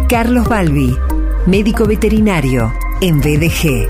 Carlos Balbi, médico veterinario en BDG.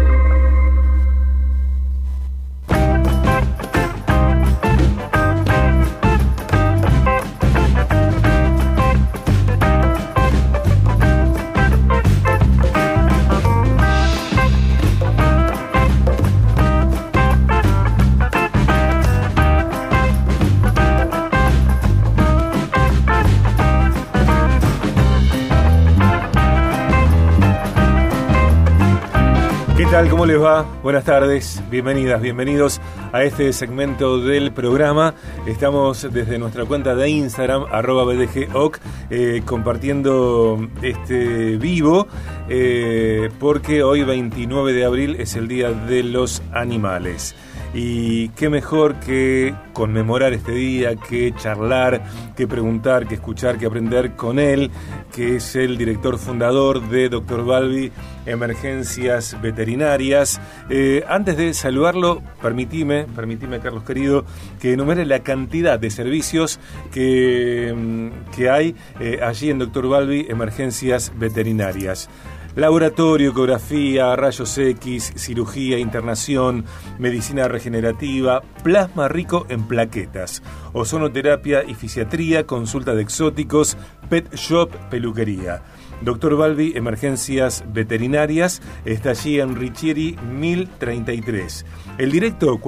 ¿Cómo les va? Buenas tardes, bienvenidas, bienvenidos a este segmento del programa. Estamos desde nuestra cuenta de Instagram, @BDGOC, compartiendo este vivo, porque hoy 29 de abril es el Día de los Animales. Y qué mejor que conmemorar este día, que charlar, que preguntar, que escuchar, que aprender con él, que es el director fundador de Dr. Balbi Emergencias Veterinarias. Antes de saludarlo, permitime, Carlos querido, que enumere la cantidad de servicios que hay allí en Dr. Balbi Emergencias Veterinarias. Laboratorio, ecografía, rayos X, cirugía, internación, medicina regenerativa, plasma rico en plaquetas, ozonoterapia y fisiatría, consulta de exóticos, pet shop, peluquería. Dr. Balbi Emergencias Veterinarias está allí en Richieri 1033. El directo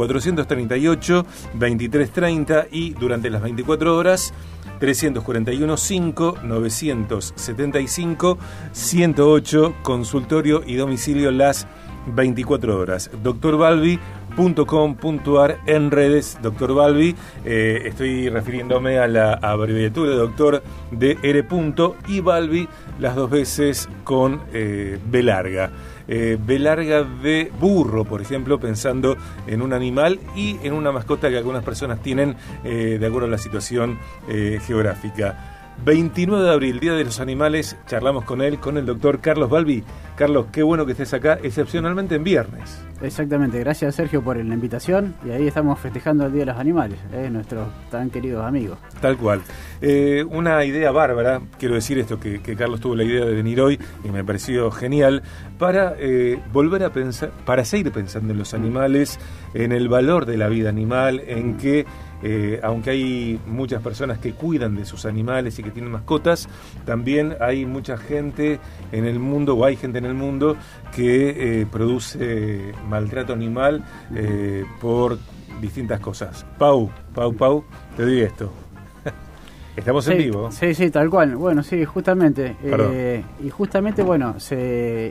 438-2330 y durante las 24 horas 341-5-975-108, consultorio y domicilio las 24 horas. drbalbi.com.ar en redes, Dr. Balbi, estoy refiriéndome a la abreviatura de doctor de R. y Balbi, las dos veces con B larga. B larga de burro, por ejemplo, pensando en un animal y en una mascota que algunas personas tienen de acuerdo a la situación geográfica. 29 de abril, Día de los Animales, charlamos con él, con el doctor Carlos Balbi. Carlos, qué bueno que estés acá, excepcionalmente en viernes. Exactamente, gracias Sergio por la invitación, y ahí estamos festejando el Día de los Animales, nuestros tan queridos amigos. Tal cual. Una idea bárbara, quiero decir esto, que Carlos tuvo la idea de venir hoy y me pareció genial, para volver a pensar, para seguir pensando en los animales, en el valor de la vida animal, en que aunque hay muchas personas que cuidan de sus animales y que tienen mascotas, también hay mucha gente en el mundo, o hay gente en el mundo que produce maltrato animal por distintas cosas. Pau, te digo esto. Estamos en vivo. Sí, tal cual. Bueno, sí, justamente. Y justamente, bueno, se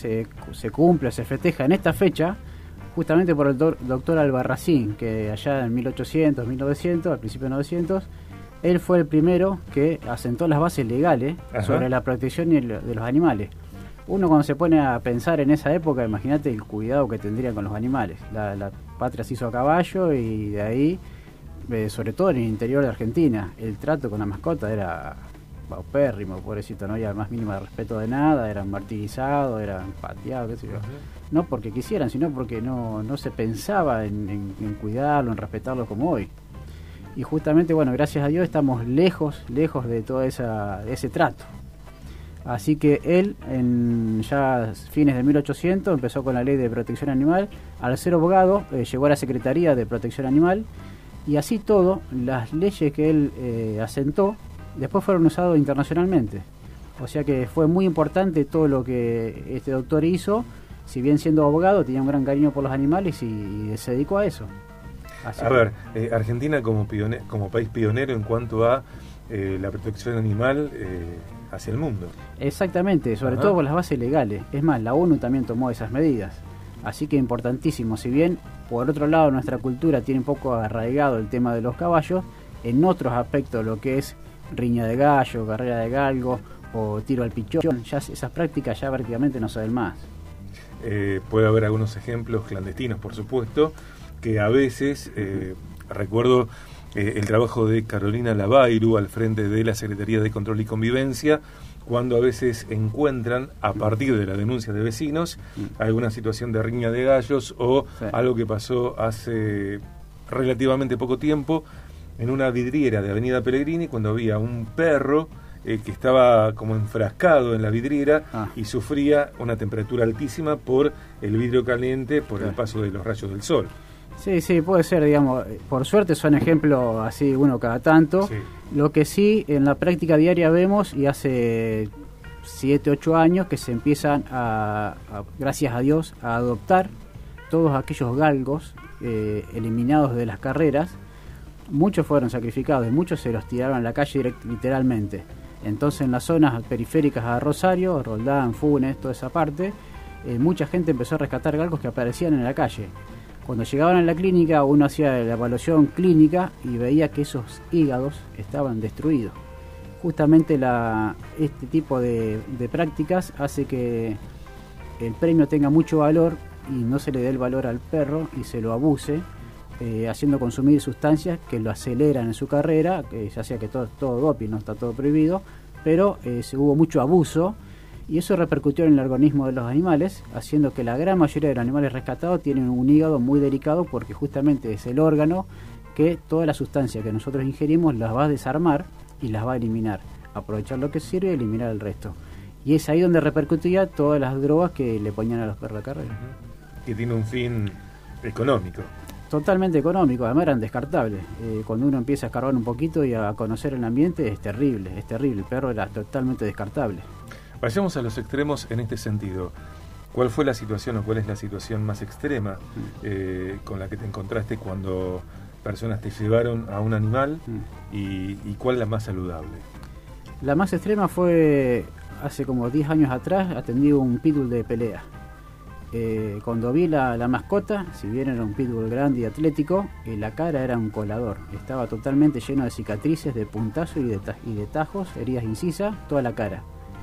cumple, se festeja en esta fecha, justamente por el doctor Albarracín, que allá en 1800, 1900, al principio de 900, él fue el primero que asentó las bases legales sobre la protección de los animales. Uno cuando se pone a pensar en esa época, imagínate el cuidado que tendrían con los animales. La patria se hizo a caballo y de ahí, sobre todo en el interior de Argentina, el trato con la mascota era paupérrimo, pobrecito, no había más mínimo de respeto de nada, eran martirizados, eran pateados, qué sé yo. No porque quisieran, sino porque no se pensaba en cuidarlo, en respetarlo como hoy. Y justamente, bueno, gracias a Dios estamos lejos de todo ese trato. Así que él, en ya fines de 1800, empezó con la ley de protección animal. Al ser abogado, llegó a la Secretaría de Protección Animal, y así todo, las leyes que él asentó, después fueron usadas internacionalmente. O sea que fue muy importante todo lo que este doctor hizo. Si bien siendo abogado, tenía un gran cariño por los animales y se dedicó a eso. Así Argentina como país pionero en cuanto a la protección animal hacia el mundo. Exactamente, sobre todo por las bases legales. Es más, la ONU también tomó esas medidas. Así que importantísimo. Si bien, por otro lado, nuestra cultura tiene un poco arraigado el tema de los caballos, en otros aspectos, lo que es riña de gallo, carrera de galgo o tiro al pichón, ya esas prácticas ya prácticamente no se ven más. Puede haber algunos ejemplos clandestinos, por supuesto, que a veces, recuerdo el trabajo de Carolina Lavairu al frente de la Secretaría de Control y Convivencia, cuando a veces encuentran, a partir de la denuncia de vecinos, alguna situación de riña de gallos o algo que pasó hace relativamente poco tiempo en una vidriera de Avenida Pellegrini, cuando había un perro que estaba como enfrascado en la vidriera y sufría una temperatura altísima por el vidrio caliente, por el paso de los rayos del sol. Sí, puede ser, digamos, por suerte son ejemplos así uno cada tanto. Sí. Lo que sí en la práctica diaria vemos, y hace 7, 8 años que se empiezan gracias a Dios, a adoptar todos aquellos galgos eliminados de las carreras. Muchos fueron sacrificados y muchos se los tiraron a la calle literalmente. Entonces en las zonas periféricas a Rosario, Roldán, Funes, toda esa parte, mucha gente empezó a rescatar galgos que aparecían en la calle. Cuando llegaban a la clínica, uno hacía la evaluación clínica y veía que esos hígados estaban destruidos. Justamente este tipo de prácticas hace que el premio tenga mucho valor y no se le dé el valor al perro y se lo abuse, haciendo consumir sustancias que lo aceleran en su carrera, que ya sea que todo doping, no está todo prohibido, pero hubo mucho abuso. Y eso repercutió en el organismo de los animales, haciendo que la gran mayoría de los animales rescatados tienen un hígado muy delicado, porque justamente es el órgano que toda la sustancia que nosotros ingerimos las va a desarmar y las va a eliminar, aprovechar lo que sirve y eliminar el resto. Y es ahí donde repercutía todas las drogas que le ponían a los perros de carrera. Que tiene un fin económico. Totalmente económico, además eran descartables. Cuando uno empieza a escarbar un poquito y a conocer el ambiente, es terrible. El perro era totalmente descartable. Vayamos a los extremos en este sentido. ¿Cuál fue la situación o cuál es la situación más extrema con la que te encontraste cuando personas te llevaron a un animal y cuál es la más saludable? La más extrema fue hace como 10 años atrás, atendí un pitbull de pelea. Cuando vi la mascota, si bien era un pitbull grande y atlético, la cara era un colador. Estaba totalmente lleno de cicatrices, de puntazos y de tajos, heridas incisas, toda la cara.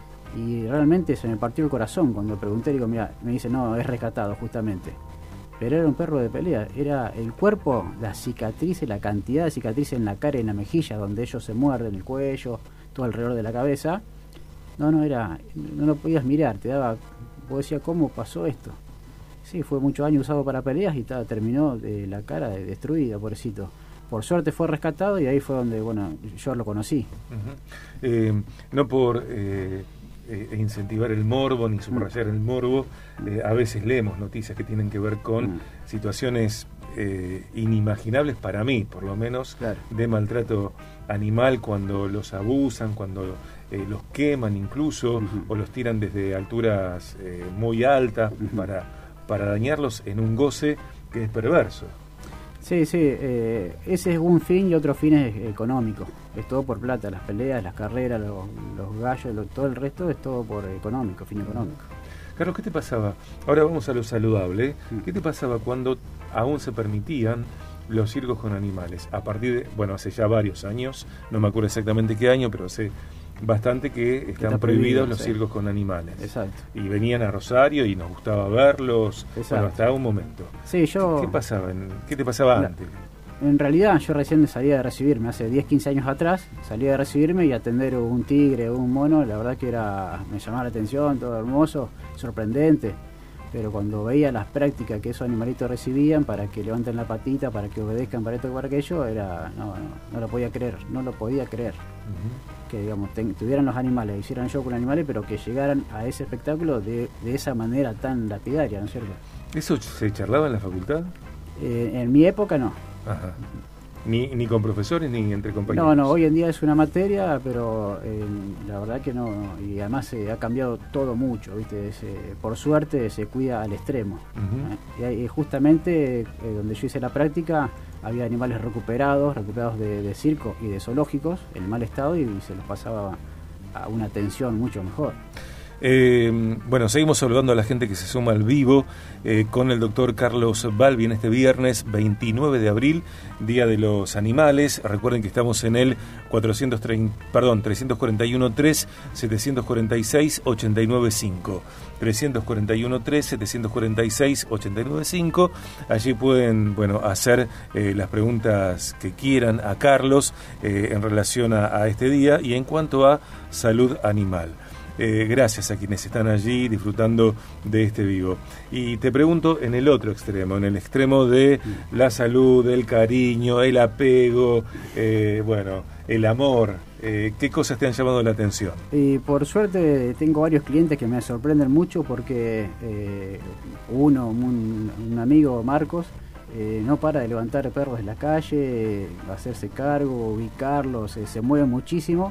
Y realmente se me partió el corazón cuando pregunté, digo, mira, me dice, no, es rescatado justamente. Pero era un perro de pelea, era el cuerpo, las cicatrices, la cantidad de cicatrices en la cara y en la mejilla, donde ellos se muerden, el cuello, todo alrededor de la cabeza. No lo podías mirar, vos decías, ¿cómo pasó esto? Sí, fue muchos años usado para peleas y terminó la cara destruida, pobrecito. Por suerte fue rescatado y ahí fue donde, yo lo conocí. No por incentivar el morbo ni subrayar el morbo, a veces leemos noticias que tienen que ver con situaciones inimaginables para mí, por lo menos, claro, de maltrato animal, cuando los abusan, cuando los queman incluso, o los tiran desde alturas muy altas para dañarlos en un goce que es perverso. Sí, ese es un fin y otro fin es económico. Es todo por plata, las peleas, las carreras, los gallos, todo el resto es todo por económico, fin económico. Carlos, ¿qué te pasaba? Ahora vamos a lo saludable. ¿Qué te pasaba cuando aún se permitían los circos con animales? A partir de, hace ya varios años, no me acuerdo exactamente qué año, pero sé bastante que están prohibidos los circos con animales. Exacto. Y venían a Rosario y nos gustaba verlos. Hasta un momento. Sí, ¿Qué pasaba? ¿Qué te pasaba antes? En realidad yo recién salía de recibirme, hace 10, 15 años atrás, salía de recibirme y atender un tigre o un mono, la verdad que me llamaba la atención, todo hermoso, sorprendente. Pero cuando veía las prácticas que esos animalitos recibían para que levanten la patita, para que obedezcan para esto y para aquello, no lo podía creer. Que digamos tuvieran los animales, hicieran show con animales, pero que llegaran a ese espectáculo de esa manera tan lapidaria, ¿no es cierto? ¿Eso se charlaba en la facultad? En mi época no. Ajá. Ni con profesores ni entre compañeros. No, hoy en día es una materia, pero la verdad que no, y además ha cambiado todo mucho, ¿viste? Por suerte se cuida al extremo. Y justamente donde yo hice la práctica había animales recuperados de circo y de zoológicos en mal estado y se los pasaba a una atención mucho mejor. Seguimos saludando a la gente que se suma al vivo con el doctor Carlos Balbi en este viernes 29 de abril, Día de los Animales. Recuerden que estamos en el 341-3-746-895. 341-3-746-895. Allí pueden hacer las preguntas que quieran a Carlos en relación a este día y en cuanto a salud animal. Gracias a quienes están allí disfrutando de este vivo. Y te pregunto en el otro extremo, en el extremo de la salud, el cariño, el apego, el amor ¿Qué cosas te han llamado la atención? Y por suerte tengo varios clientes que me sorprenden mucho porque un amigo, Marcos, no para de levantar perros de la calle, hacerse cargo, ubicarlos, se mueve muchísimo,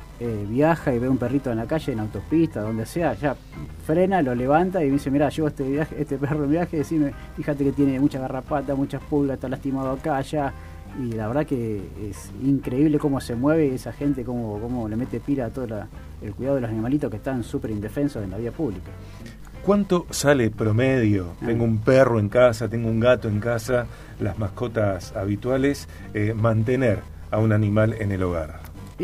viaja y ve un perrito en la calle, en autopista, donde sea, ya frena, lo levanta y me dice, mirá, llevo este perro en viaje, decime, fíjate que tiene mucha garrapata, muchas pulgas, está lastimado acá, allá. Y la verdad que es increíble cómo se mueve esa gente, cómo le mete pila a todo el cuidado de los animalitos que están súper indefensos en la vía pública. ¿Cuánto sale promedio? Tengo un perro en casa, tengo un gato en casa, las mascotas habituales, mantener a un animal en el hogar.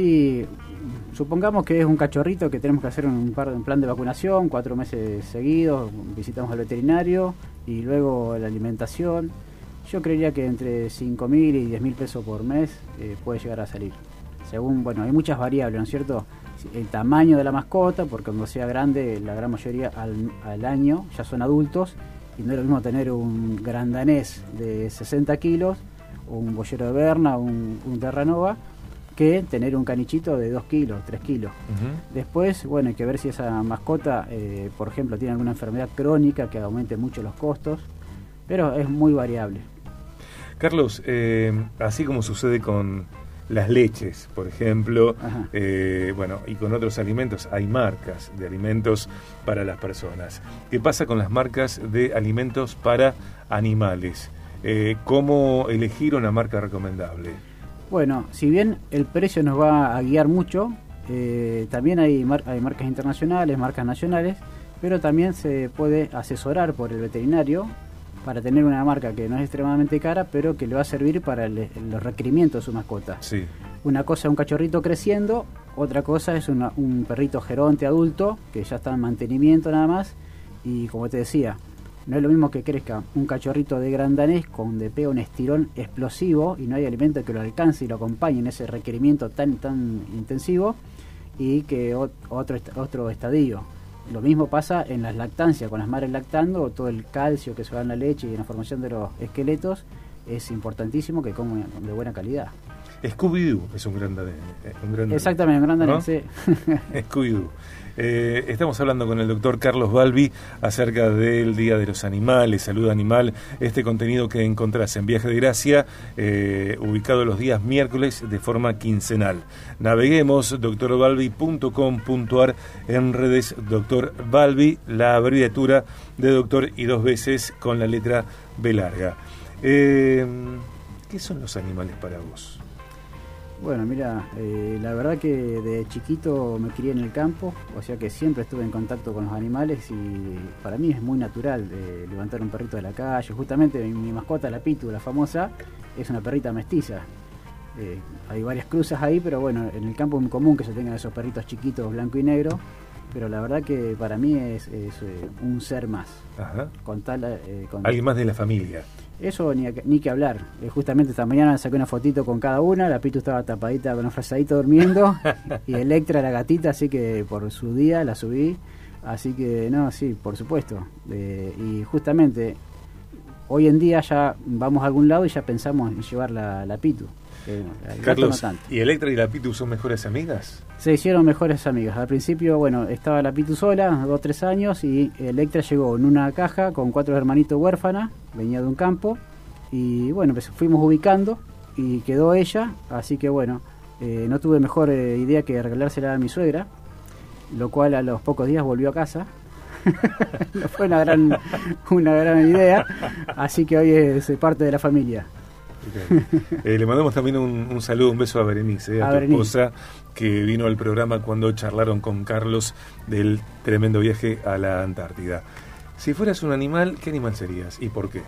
Y supongamos que es un cachorrito que tenemos que hacer un plan de vacunación, 4 meses seguidos, visitamos al veterinario y luego la alimentación. Yo creería que entre 5.000 y 10.000 pesos por mes puede llegar a salir. Según, bueno, hay muchas variables, ¿no es cierto? El tamaño de la mascota, porque cuando sea grande, la gran mayoría al año ya son adultos, y no es lo mismo tener un gran danés de 60 kilos, o un boyero de Berna, un Terranova, que tener un canichito de 2 kilos, 3 kilos. Después, bueno, hay que ver si esa mascota, por ejemplo, tiene alguna enfermedad crónica que aumente mucho los costos, pero es muy variable. Carlos, así como sucede con las leches, por ejemplo, bueno, y con otros alimentos, hay marcas de alimentos para las personas. ¿Qué pasa con las marcas de alimentos para animales? ¿Cómo elegir una marca recomendable? Bueno, si bien el precio nos va a guiar mucho, también hay marcas internacionales, marcas nacionales, pero también se puede asesorar por el veterinario para tener una marca que no es extremadamente cara, pero que le va a servir para los requerimientos de su mascota. Sí. Una cosa es un cachorrito creciendo, otra cosa es un perrito geronte adulto, que ya está en mantenimiento nada más, y como te decía, no es lo mismo que crezca un cachorrito de gran danés donde pega un estirón explosivo y no hay alimento que lo alcance y lo acompañe en ese requerimiento tan intensivo, y que otro estadio. Lo mismo pasa en las lactancias, con las madres lactando, todo el calcio que se va en la leche y en la formación de los esqueletos es importantísimo que coman de buena calidad. Scooby-Doo es un gran danés. Exactamente, un gran danés, ¿no? Sí. Scooby-Doo. Estamos hablando con el doctor Carlos Balbi acerca del Día de los Animales, Salud Animal, este contenido que encontrás en Viaje de Gracia, ubicado los días miércoles de forma quincenal. Naveguemos doctorbalbi.com.ar, en redes Dr. Balbi, la abreviatura de doctor y 2 veces con la letra B larga. ¿Qué son los animales para vos? Bueno, mira, la verdad que de chiquito me crié en el campo, o sea que siempre estuve en contacto con los animales y para mí es muy natural levantar un perrito de la calle. Justamente mi mascota, la Pitu, la famosa, es una perrita mestiza. Hay varias cruzas ahí, pero bueno, en el campo es muy común que se tengan esos perritos chiquitos blanco y negro, pero la verdad que para mí es un ser más. Ajá. Con alguien más de la familia. Eso ni que hablar. Justamente esta mañana saqué una fotito con cada una. La Pitu estaba tapadita, con una frazadita durmiendo. Y Electra, la gatita, así que por su día la subí. Así que, no, sí, por supuesto. Y justamente, hoy en día ya vamos a algún lado y ya pensamos en llevar la Pitu. Carlos, no, ¿y Electra y la Pitu son mejores amigas? Se hicieron mejores amigas. Al principio, bueno, estaba la Pitu sola, 2 o 3 años, y Electra llegó en una caja con 4 hermanitos huérfanas, venía de un campo, y bueno, pues fuimos ubicando y quedó ella, así que bueno, no tuve mejor idea que regalársela a mi suegra, lo cual a los pocos días volvió a casa. No fue una gran idea, así que hoy es parte de la familia. Okay. Le mandamos también un saludo, un beso a Berenice, a tu esposa, que vino al programa cuando charlaron con Carlos del tremendo viaje a la Antártida. Si fueras un animal, ¿qué animal serías y por qué?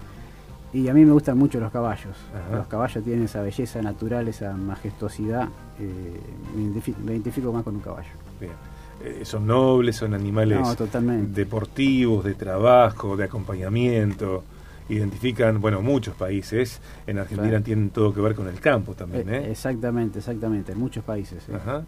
Y a mí me gustan mucho los caballos. Ajá. Los caballos tienen esa belleza natural, esa majestuosidad. Me identifico más con un caballo. Bien. Son nobles, son animales deportivos, de trabajo, de acompañamiento. Identifican, bueno, muchos países. En Argentina claro. Tienen todo que ver con el campo también, ¿eh? Exactamente, en muchos países. ¿Eh? Ajá.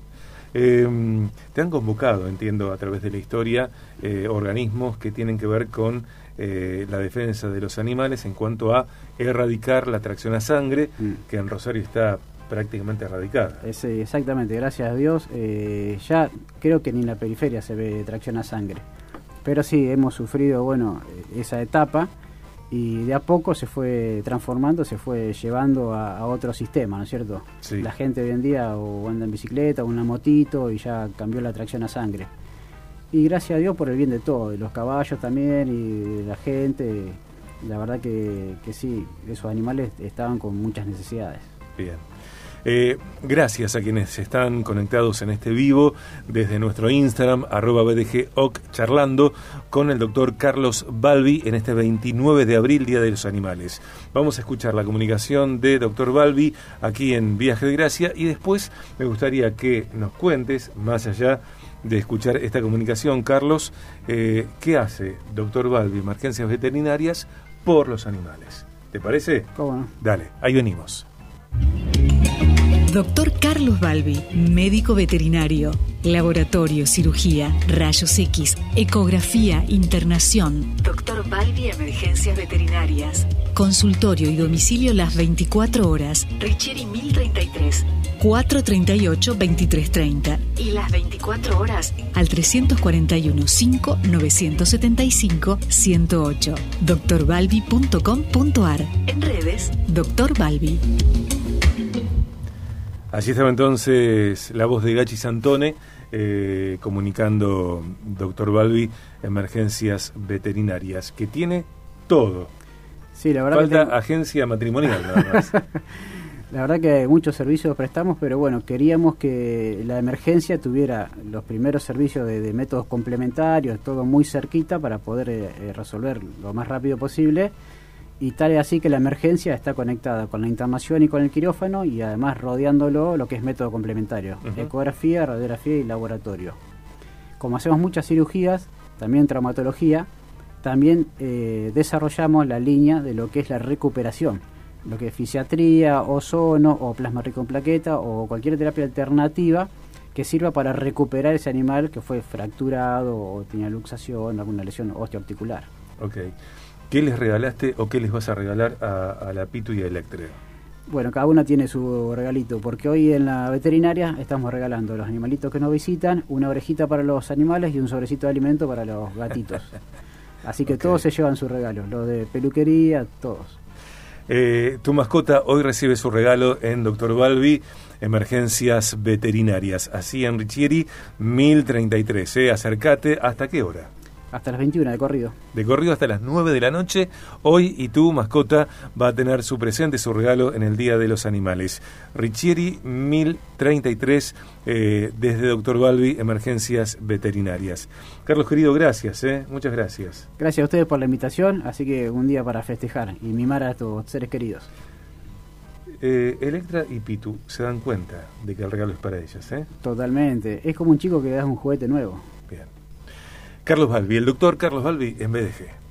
Te han convocado, entiendo, a través de la historia, organismos que tienen que ver con la defensa de los animales en cuanto a erradicar la tracción a sangre, que en Rosario está prácticamente erradicada. Exactamente, gracias a Dios. Ya creo que ni en la periferia se ve tracción a sangre. Pero sí, hemos sufrido, esa etapa, y de a poco se fue transformando, se fue llevando a otro sistema, ¿no es cierto? Sí. La gente hoy en día o anda en bicicleta o una motito y ya cambió la tracción a sangre. Y gracias a Dios por el bien de todos, de los caballos también y de la gente. La verdad que sí, esos animales estaban con muchas necesidades. Bien. Gracias a quienes están conectados en este vivo desde nuestro Instagram, @BDGOC, charlando con el doctor Carlos Balbi en este 29 de abril, Día de los Animales. Vamos a escuchar la comunicación de doctor Balbi aquí en Viaje de Gracia, y después me gustaría que nos cuentes, más allá de escuchar esta comunicación, Carlos, ¿qué hace doctor Balbi, Emergencias Veterinarias, por los animales? ¿Te parece? ¿Cómo no? Dale, ahí venimos. Doctor Carlos Balbi, médico veterinario, laboratorio, cirugía, rayos X, ecografía, internación. Doctor Balbi, Emergencias Veterinarias. Consultorio y domicilio las 24 horas. Richieri 1033, 438-2330. Y las 24 horas al 341-5-975-108. drbalbi.com.ar. En redes, Doctor Balbi. Allí estaba entonces la voz de Gachi Santone, comunicando doctor Balbi, Emergencias Veterinarias, que tiene todo. Sí, la verdad. Falta agencia matrimonial nada más. La verdad que muchos servicios prestamos, pero queríamos que la emergencia tuviera los primeros servicios de métodos complementarios, todo muy cerquita para poder resolver lo más rápido posible. Y tal es así que la emergencia está conectada con la internación y con el quirófano, y además rodeándolo lo que es método complementario, ecografía, radiografía y laboratorio. Como hacemos muchas cirugías, también traumatología, también desarrollamos la línea de lo que es la recuperación, lo que es fisiatría, ozono o plasma rico en plaqueta o cualquier terapia alternativa que sirva para recuperar ese animal que fue fracturado o tenía luxación, alguna lesión osteoarticular. Ok. ¿Qué les regalaste o qué les vas a regalar a la Pitu y a Electre? Bueno, cada una tiene su regalito, porque hoy en la veterinaria estamos regalando a los animalitos que nos visitan una orejita para los animales y un sobrecito de alimento para los gatitos. Así que todos se llevan su regalo, los de peluquería, todos. Tu mascota hoy recibe su regalo en Dr. Balbi, Emergencias Veterinarias, así en Richieri 1033. Acércate. ¿Hasta qué hora? Hasta las 21 de corrido. De corrido hasta las 9 de la noche. Hoy, y tu mascota va a tener su presente, su regalo en el Día de los Animales. Richieri 1033, desde Dr. Balbi, Emergencias Veterinarias. Carlos, querido, gracias. Muchas gracias. Gracias a ustedes por la invitación. Así que un día para festejar y mimar a tus seres queridos. Electra y Pitu se dan cuenta de que el regalo es para ellas. Totalmente. Es como un chico que le das un juguete nuevo. Bien. Carlos Balbi, el doctor Carlos Balbi en BDG.